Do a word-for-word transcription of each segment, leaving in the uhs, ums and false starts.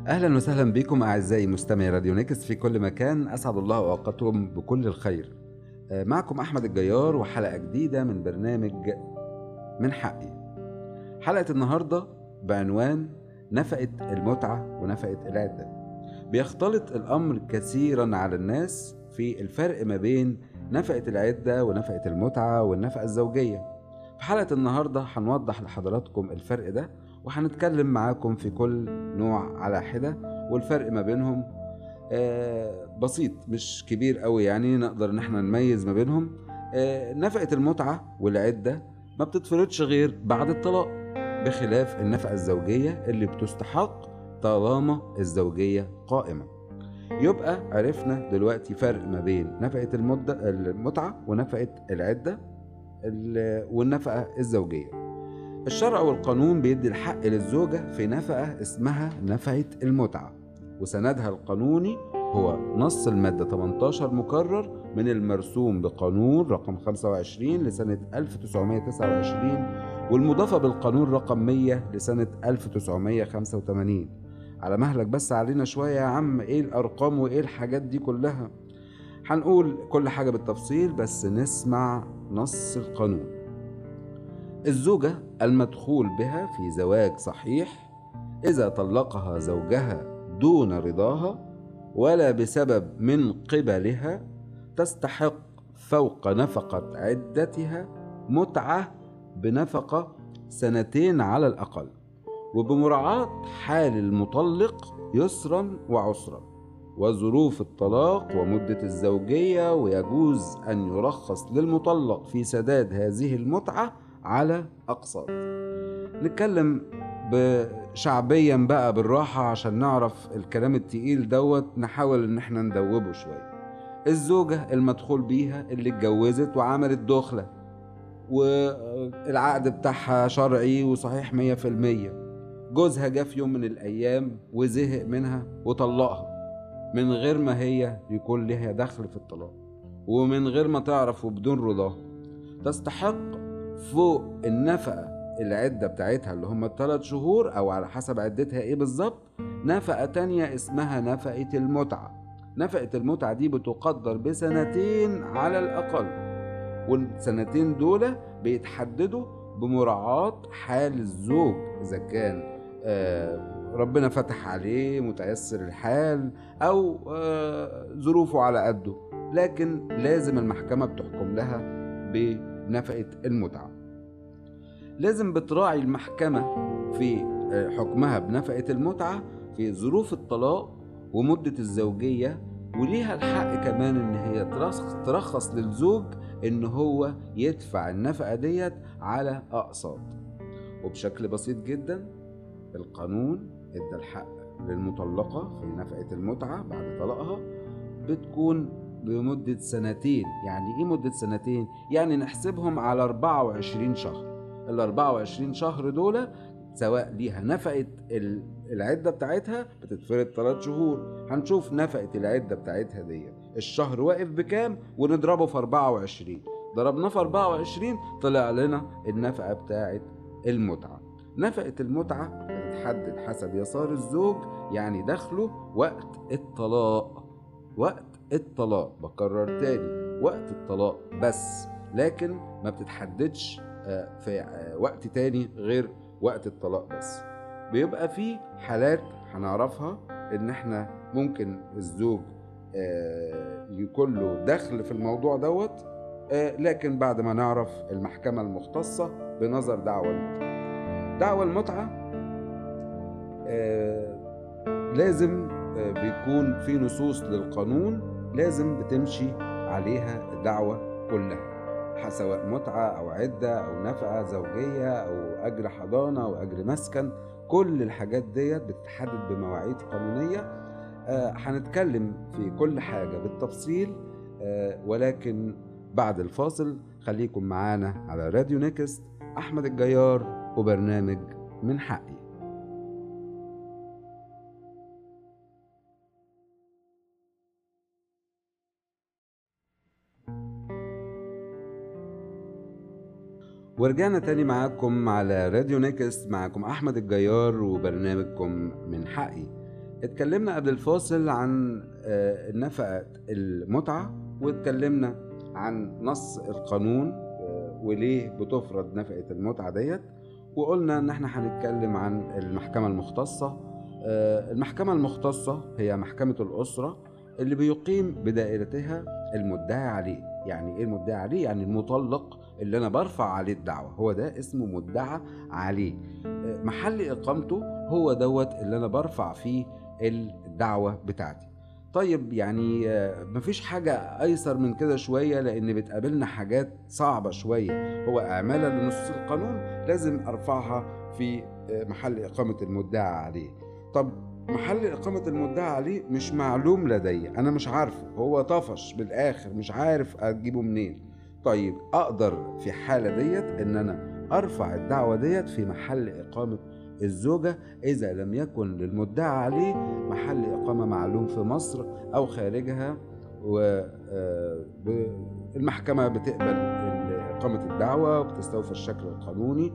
أهلا وسهلا بكم أعزائي مستمعي راديو نيكست في كل مكان، أسعد الله أوقاتكم بكل الخير. معكم أحمد الجيار وحلقة جديدة من برنامج من حقي. حلقة النهاردة بعنوان نفقة المتعة ونفقة العدة. بيختلط الأمر كثيرا على الناس في الفرق ما بين نفقة العدة ونفقة المتعة والنفقة الزوجية. في حلقة النهاردة هنوضح لحضراتكم الفرق ده، وهنتكلم معاكم في كل نوع على حدة، والفرق ما بينهم آه بسيط مش كبير قوي، يعني نقدر ان احنا نميز ما بينهم. آه نفقة المتعة والعدة ما بتتفرضش غير بعد الطلاق، بخلاف النفقة الزوجية اللي بتستحق طالما الزوجية قائمة. يبقى عرفنا دلوقتي فرق ما بين نفقة المتعة ونفقة العدة والنفقة الزوجية. الشرع والقانون بيدي الحق للزوجة في نفقة اسمها نفقة المتعة، وسندها القانوني هو نص المادة ثمانية عشر مكرر من المرسوم بقانون رقم خمسة وعشرين لسنة ألف وتسعمائة وتسعة وعشرين، والمضافة بالقانون رقم مية لسنة ألف وتسعمائة وخمسة وثمانين. على مهلك بس علينا شوية يا عم، ايه الأرقام وايه الحاجات دي كلها؟ هنقول كل حاجة بالتفصيل، بس نسمع نص القانون. الزوجة المدخول بها في زواج صحيح إذا طلقها زوجها دون رضاها ولا بسبب من قبلها تستحق فوق نفقة عدتها متعة بنفقة سنتين على الأقل، وبمراعاة حال المطلق يسرا وعسرا وظروف الطلاق ومدة الزوجية، ويجوز أن يرخص للمطلق في سداد هذه المتعة على أقساط. نتكلم بشعبيا بقى بالراحة عشان نعرف الكلام التقيل دوت، نحاول ان احنا ندوبه شوية. الزوجة المدخول بيها اللي اتجوزت وعملت دخلة والعقد بتاعها شرعي وصحيح مية في المية، جوزها جه في يوم من الأيام وزهق منها وطلقها من غير ما هي يكون لها دخل في الطلاق ومن غير ما تعرف وبدون رضاها، تستحق فوق النفقة العدة بتاعتها اللي هم الثلاث شهور أو على حسب عدتها إيه بالظبط نفقة تانية اسمها نفقة المتعة. نفقة المتعة دي بتقدر بسنتين على الأقل، والسنتين دول بيتحددوا بمراعاة حال الزوج، إذا كان آه ربنا فتح عليه متيسر الحال أو آه ظروفه على قده، لكن لازم المحكمة بتحكم لها بنفقة المتعة. لازم بتراعي المحكمة في حكمها بنفقة المتعة في ظروف الطلاق ومدة الزوجية، وليها الحق كمان ان هي ترخص للزوج ان هو يدفع النفقة ديت على اقساط. وبشكل بسيط جدا القانون ادى الحق للمطلقة في نفقة المتعة بعد طلاقها بتكون بمدة سنتين. يعني ايه مدة سنتين؟ يعني نحسبهم على أربعة وعشرين شهر. ال أربعة وعشرين شهر دول سواء ليها نفقة العدة بتاعتها بتتفرض ثلاث شهور، هنشوف نفقة العدة بتاعتها دي الشهر واقف بكام ونضربه في أربعة وعشرين، ضربناه في أربعة وعشرين طلع لنا النفقة بتاعت المتعة. نفقة المتعة بتتحدد حسب يسار الزوج، يعني دخله وقت الطلاق. وقت الطلاق، بكرر تاني، وقت الطلاق بس، لكن ما بتتحددش في وقت تاني غير وقت الطلاق بس. بيبقى في حالات هنعرفها ان احنا ممكن الزوج يكون له دخل في الموضوع دوت، لكن بعد ما نعرف المحكمة المختصة بنظر دعوى المتعة. دعوى المتعة لازم بيكون في نصوص للقانون لازم بتمشي عليها الدعوة كلها، سواء متعة أو عدة أو نفقة زوجية أو أجر حضانة أو أجر مسكن. كل الحاجات ديت بتتحدد بمواعيد قانونية. آه هنتكلم في كل حاجة بالتفصيل، آه ولكن بعد الفاصل. خليكم معانا على راديو نيكست، أحمد الجيار وبرنامج من حقي. ورجعنا تاني معاكم على راديو نيكست، معاكم أحمد الجيار وبرنامجكم من حقي. اتكلمنا قبل الفاصل عن آه، نفقة المتعة، واتكلمنا عن نص القانون آه، وليه بتفرض نفقة المتعة ديت، وقلنا ان احنا هنتكلم عن المحكمة المختصة. آه، المحكمة المختصة هي محكمة الأسرة اللي بيقيم بدائرتها المدعي عليه. يعني ايه المدعي عليه؟ يعني المطلق اللي انا برفع عليه الدعوة، هو ده اسمه مدعى عليه. آه، محل اقامته هو دوت اللي انا برفع فيه الدعوة بتاعتي. طيب يعني آه، مفيش حاجة أيسر من كده شوية، لأن بتقابلنا حاجات صعبة شوية. هو إعمالا لنصوص القانون لازم أرفعها في آه، محل إقامة المدعى عليه. طب محل إقامة المدعى عليه مش معلوم لدي، أنا مش عارفه، هو طفش بالآخر مش عارف أجيبه منين. طيب أقدر في حالة ديت إن أنا أرفع الدعوة ديت في محل إقامة الزوجة، إذا لم يكن للمدعى عليه محل إقامة معلوم في مصر أو خارجها، والمحكمة بتقبل إقامة الدعوة وبتستوفي الشكل القانوني،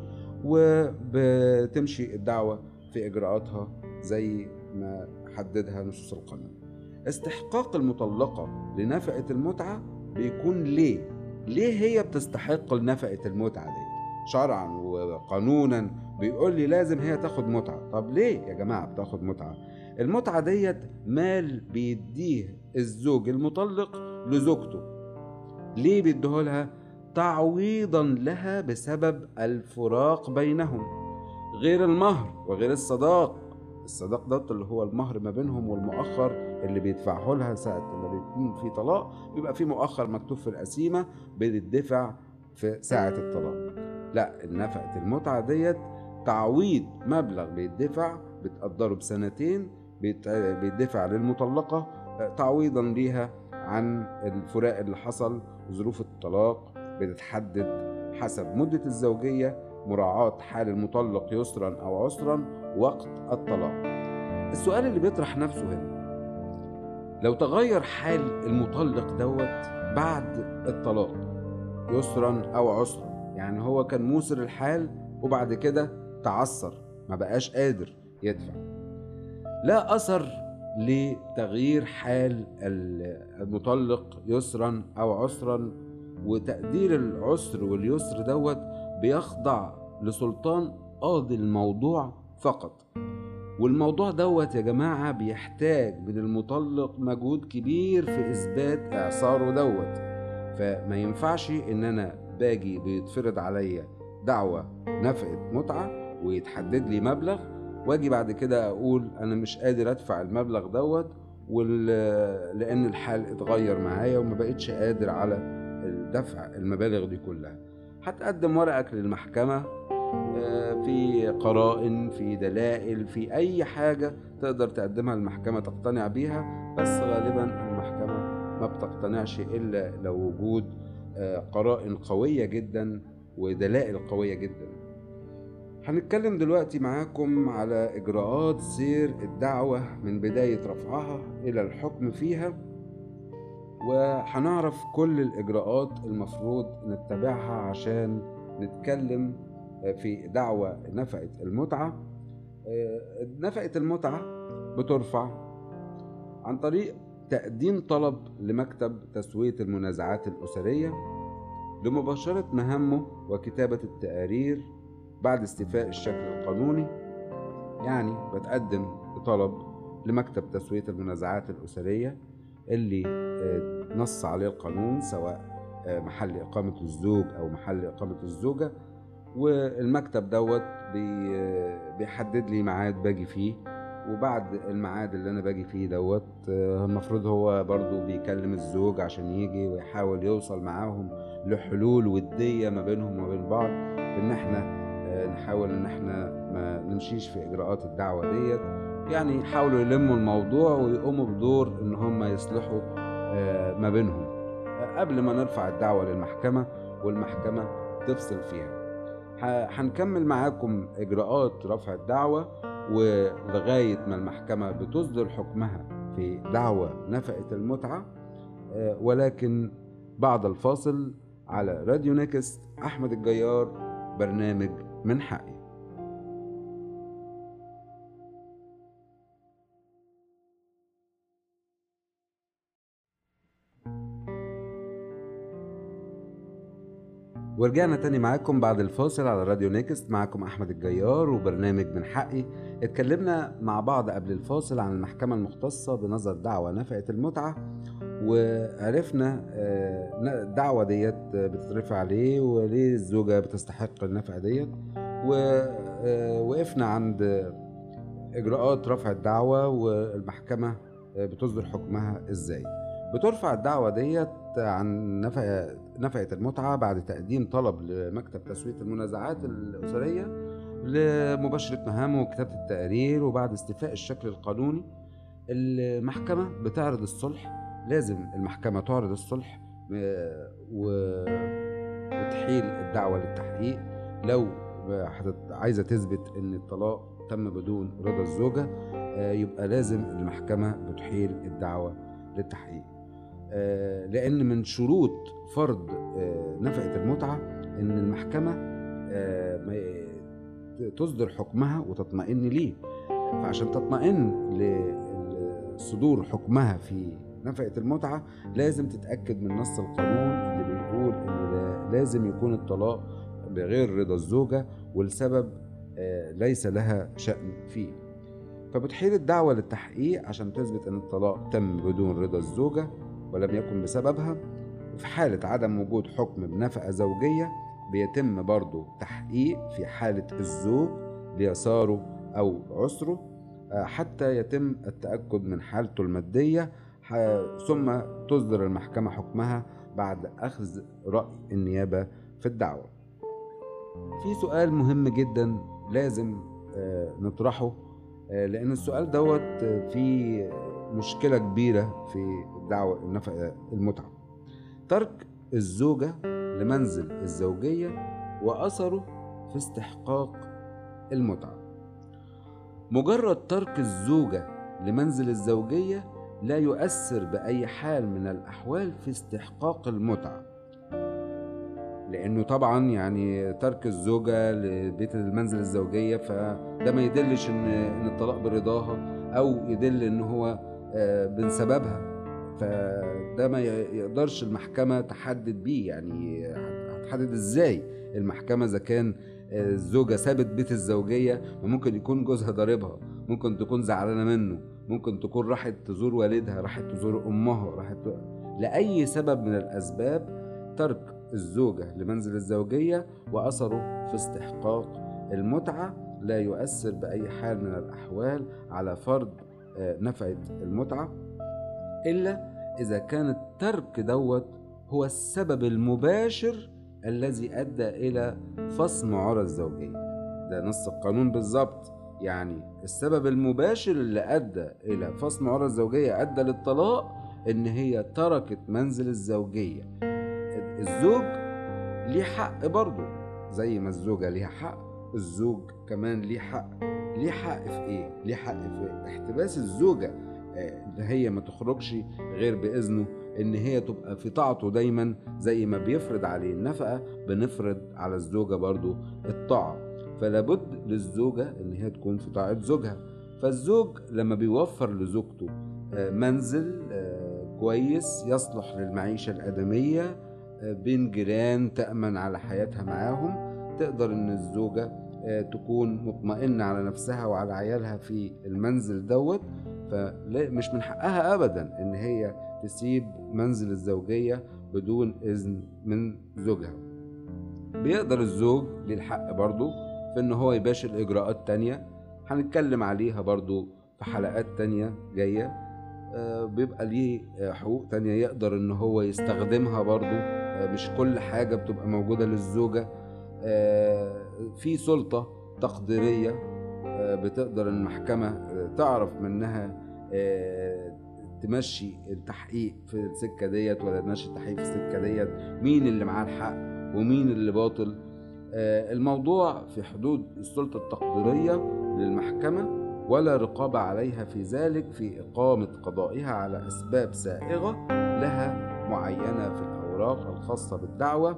وبتمشي الدعوة في إجراءاتها زي ما حددها نصوص القانون. استحقاق المطلقة لنفقة المتعة بيكون ليه؟ ليه هي بتستحق لنفقة المتعة دي؟ شرعا وقانونا بيقول لي لازم هي تاخد متعة. طب ليه يا جماعة بتاخد متعة؟ المتعة ديت مال بيديه الزوج المطلق لزوجته. ليه بيديهولها؟ تعويضا لها بسبب الفراق بينهم، غير المهر وغير الصداق. الصداق ده اللي هو المهر ما بينهم، والمؤخر اللي بيدفعه لها ساعة لما بيكون في طلاق، بيبقى في مؤخر مكتوب في القسيمة بيدفع في ساعة الطلاق. لا، نفقة المتعة ديت تعويض مبلغ بيدفع، بتقدره بسنتين، بيدفع للمطلقة تعويضا ليها عن الفراق اللي حصل. ظروف الطلاق بتتحدد حسب مدة الزوجية، مراعاة حال المطلق يسرا أو عسرا وقت الطلاق. السؤال اللي بيطرح نفسه هنا، لو تغير حال المطلق دوت بعد الطلاق يسرا أو عسرا، يعني هو كان موسر الحال وبعد كده تعثر ما بقاش قادر يدفع، لا أثر لتغيير حال المطلق يسرا أو عسرا، وتقدير العسر واليسر دوت بيخضع لسلطان قاضي الموضوع فقط. والموضوع دوت يا جماعة بيحتاج من المطلق مجهود كبير في إثبات إعصاره دوت. فما ينفعش إن أنا باجي بيتفرض عليا دعوة نفقة متعة ويتحدد لي مبلغ، واجي بعد كده أقول أنا مش قادر أدفع المبلغ دوت لأن الحال اتغير معايا وما بقتش قادر على الدفع المبالغ دي كلها. هتقدم ورقك للمحكمة في قرائن، في دلائل، في أي حاجة تقدر تقدمها للمحكمة تقتنع بيها، بس غالبا المحكمة ما بتقتنعش إلا لو وجود قرائن قوية جدا ودلائل قوية جدا. هنتكلم دلوقتي معاكم على إجراءات سير الدعوة من بداية رفعها إلى الحكم فيها، وهنعرف كل الإجراءات المفروض نتبعها عشان نتكلم في دعوة نفقة المتعة. نفقة المتعة بترفع عن طريق تقديم طلب لمكتب تسوية المنازعات الأسرية لمباشرة مهامه وكتابة التقارير بعد استيفاء الشكل القانوني. يعني بتقدم طلب لمكتب تسوية المنازعات الأسرية اللي نص عليه القانون، سواء محل إقامة الزوج أو محل إقامة الزوجة، والمكتب دوت بيحدد لي ميعاد باجي فيه، وبعد الميعاد اللي انا باجي فيه دوت المفروض هو برضو بيكلم الزوج عشان يجي ويحاول يوصل معاهم لحلول ودية ما بينهم وما بين بعض، ان احنا نحاول ان احنا ما نمشيش في اجراءات الدعوة ديت. يعني يحاولوا يلموا الموضوع ويقوموا بدور ان هم يصلحوا ما بينهم قبل ما نرفع الدعوة للمحكمة والمحكمة تفصل فيها. هنكمل معاكم إجراءات رفع الدعوة ولغاية ما المحكمة بتصدر حكمها في دعوة نفقة المتعة، ولكن بعد الفاصل على راديو نيكست. أحمد الجيار، برنامج من حقي. ورجعنا تاني معاكم بعد الفاصل على راديو نيكست. معاكم أحمد الجيار وبرنامج من حقي. اتكلمنا مع بعض قبل الفاصل عن المحكمة المختصة بنظر دعوى نفقة المتعة، وعرفنا الدعوة ديت بتترفع عليه وليه الزوجة بتستحق النفقة ديت، ووقفنا عند إجراءات رفع الدعوة والمحكمة بتصدر حكمها إزاي. بترفع الدعوة ديت عن نفقة نفقة المتعة بعد تقديم طلب لمكتب تسوية المنازعات الأسرية لمباشرة مهامه وكتابة التقارير، وبعد استيفاء الشكل القانوني المحكمة بتعرض الصلح. لازم المحكمة تعرض الصلح وتحيل الدعوة للتحقيق لو عايزة تثبت ان الطلاق تم بدون رضا الزوجة، يبقى لازم المحكمة بتحيل الدعوة للتحقيق، لأن من شروط فرض نفقة المتعة إن المحكمة تصدر حكمها وتطمئن ليه. فعشان تطمئن لصدور حكمها في نفقة المتعة لازم تتأكد من نص القانون اللي بيقول إن لازم يكون الطلاق بغير رضا الزوجة والسبب ليس لها شأن فيه. فبتحيل الدعوة للتحقيق عشان تثبت إن الطلاق تم بدون رضا الزوجة ولم يكن بسببها. وفي حالة عدم وجود حكم بنفقة زوجية بيتم برضو تحقيق في حالة الزوج ليساره أو عسره حتى يتم التأكد من حالته المادية، ثم تصدر المحكمة حكمها بعد أخذ رأي النيابة في الدعوة. في سؤال مهم جدا لازم نطرحه، لأن السؤال دوت فيه مشكلة كبيرة في الدعوة النفقة المتعة: ترك الزوجة لمنزل الزوجية وأثره في استحقاق المتعة. مجرد ترك الزوجة لمنزل الزوجية لا يؤثر بأي حال من الأحوال في استحقاق المتعة، لأنه طبعا يعني ترك الزوجة لبيت المنزل الزوجية فده ما يدلش إن إن الطلاق برضاها أو يدل إن هو من سببها، فده ما يقدرش المحكمة تحدد بيه. يعني هتحدد إزاي المحكمة إذا كان الزوجة سابت بيت الزوجية؟ ممكن يكون جوزها ضاربها، ممكن تكون زعلانة منه، ممكن تكون راحت تزور والدها، راحت تزور أمها، راحت لأي سبب من الأسباب. ترك الزوجة لمنزل الزوجية وأثره في استحقاق المتعة لا يؤثر بأي حال من الأحوال على فرض نفقة المتعة، إلا إذا كان الترك دوت هو السبب المباشر الذي أدى إلى فصم عرى الزوجية. ده نص القانون بالظبط، يعني السبب المباشر اللي أدى إلى فصم عرى الزوجية أدى للطلاق إن هي تركت منزل الزوجية. الزوج ليه حق برضو زي ما الزوجة ليها حق، الزوج كمان ليه حق. ليه حق في ايه؟ ليه حق في احتباس الزوجة ان هي ما تخرجش غير بإذنه، ان هي تبقى في طاعته دايما. زي ما بيفرض عليه النفقة بنفرض على الزوجة برضو الطاعة، فلابد للزوجة ان هي تكون في طاعة زوجها. فالزوج لما بيوفر لزوجته منزل كويس يصلح للمعيشة الآدمية بين جيران تأمن على حياتها معاهم، تقدر ان الزوجة تكون مطمئنة على نفسها وعلى عيالها في المنزل دوت. فمش من حقها ابدا ان هي تسيب منزل الزوجية بدون اذن من زوجها. بيقدر الزوج للحق برضو في ان هو يباشر اجراءات تانية هنتكلم عليها برضو في حلقات تانية جاية. بيبقى ليه حقوق تانية يقدر ان هو يستخدمها برضو، مش كل حاجة بتبقى موجودة للزوجة. في سلطة تقديرية بتقدر المحكمة تعرف منها تمشي التحقيق في السكة ديت ولا تمشي التحقيق في السكة ديت، مين اللي معاه الحق ومين اللي باطل. الموضوع في حدود السلطة التقديرية للمحكمة ولا رقابة عليها في ذلك في إقامة قضائها على أسباب سائغة لها معينة في الأوراق الخاصة بالدعوة.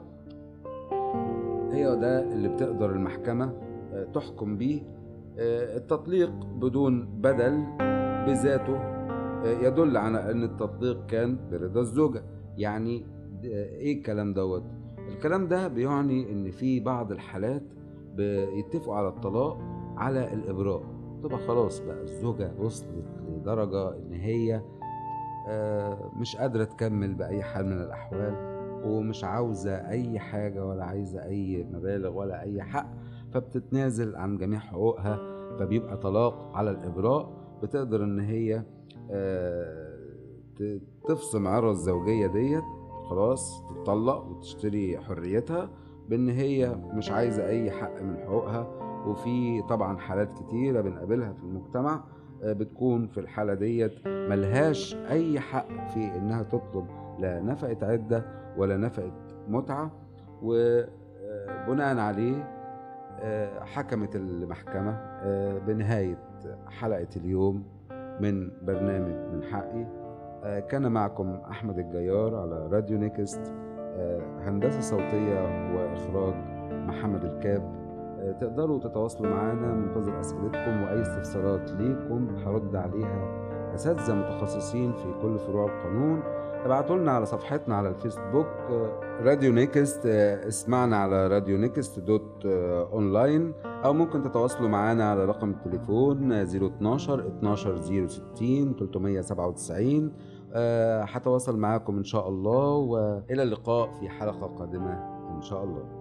هي ده اللي بتقدر المحكمة تحكم به. التطليق بدون بدل بذاته يدل على أن التطليق كان برضا الزوجة. يعني إيه الكلام دوت؟ الكلام ده بيعني ان في بعض الحالات بيتفقوا على الطلاق على الابراء، تبقى خلاص بقى الزوجة وصلت لدرجة ان هي آه، مش قادرة تكمل بأي حال من الأحوال، ومش عاوزة أي حاجة ولا عايزة أي مبالغ ولا أي حق، فبتتنازل عن جميع حقوقها، فبيبقى طلاق على الإبراء. بتقدر إن هي آه، ت- تفصم عرى الزوجية ديت، خلاص تتطلق وتشتري حريتها بإن هي مش عايزة أي حق من حقوقها. وفي طبعا حالات كتيرة بنقابلها في المجتمع آه، بتكون في الحالة ديت ملهاش أي حق في إنها تطلب لا نفقة عدة ولا نفقة متعة. وبناء عليه آه، حكمت المحكمة آه، بنهاية حلقة اليوم من برنامج من حقي. آه، كان معكم أحمد الجيار على راديو نيكست، آه، هندسة صوتية وإخراج محمد الكاب. آه، تقدروا تتواصلوا معنا، منتظر أسئلتكم وأي استفسارات ليكم هرد عليها أساتذة متخصصين في كل فروع القانون. ابعتوا لنا على صفحتنا على الفيسبوك آه، راديو نيكست، آه، اسمعنا على راديو نيكست دوت آه، اونلاين، او ممكن تتواصلوا معنا على رقم التليفون آه، صفر اتناشر اتناشر صفر ستين تلتمية سبعة وتسعين. آه، هتواصل معاكم ان شاء الله، والى اللقاء في حلقة قادمة ان شاء الله.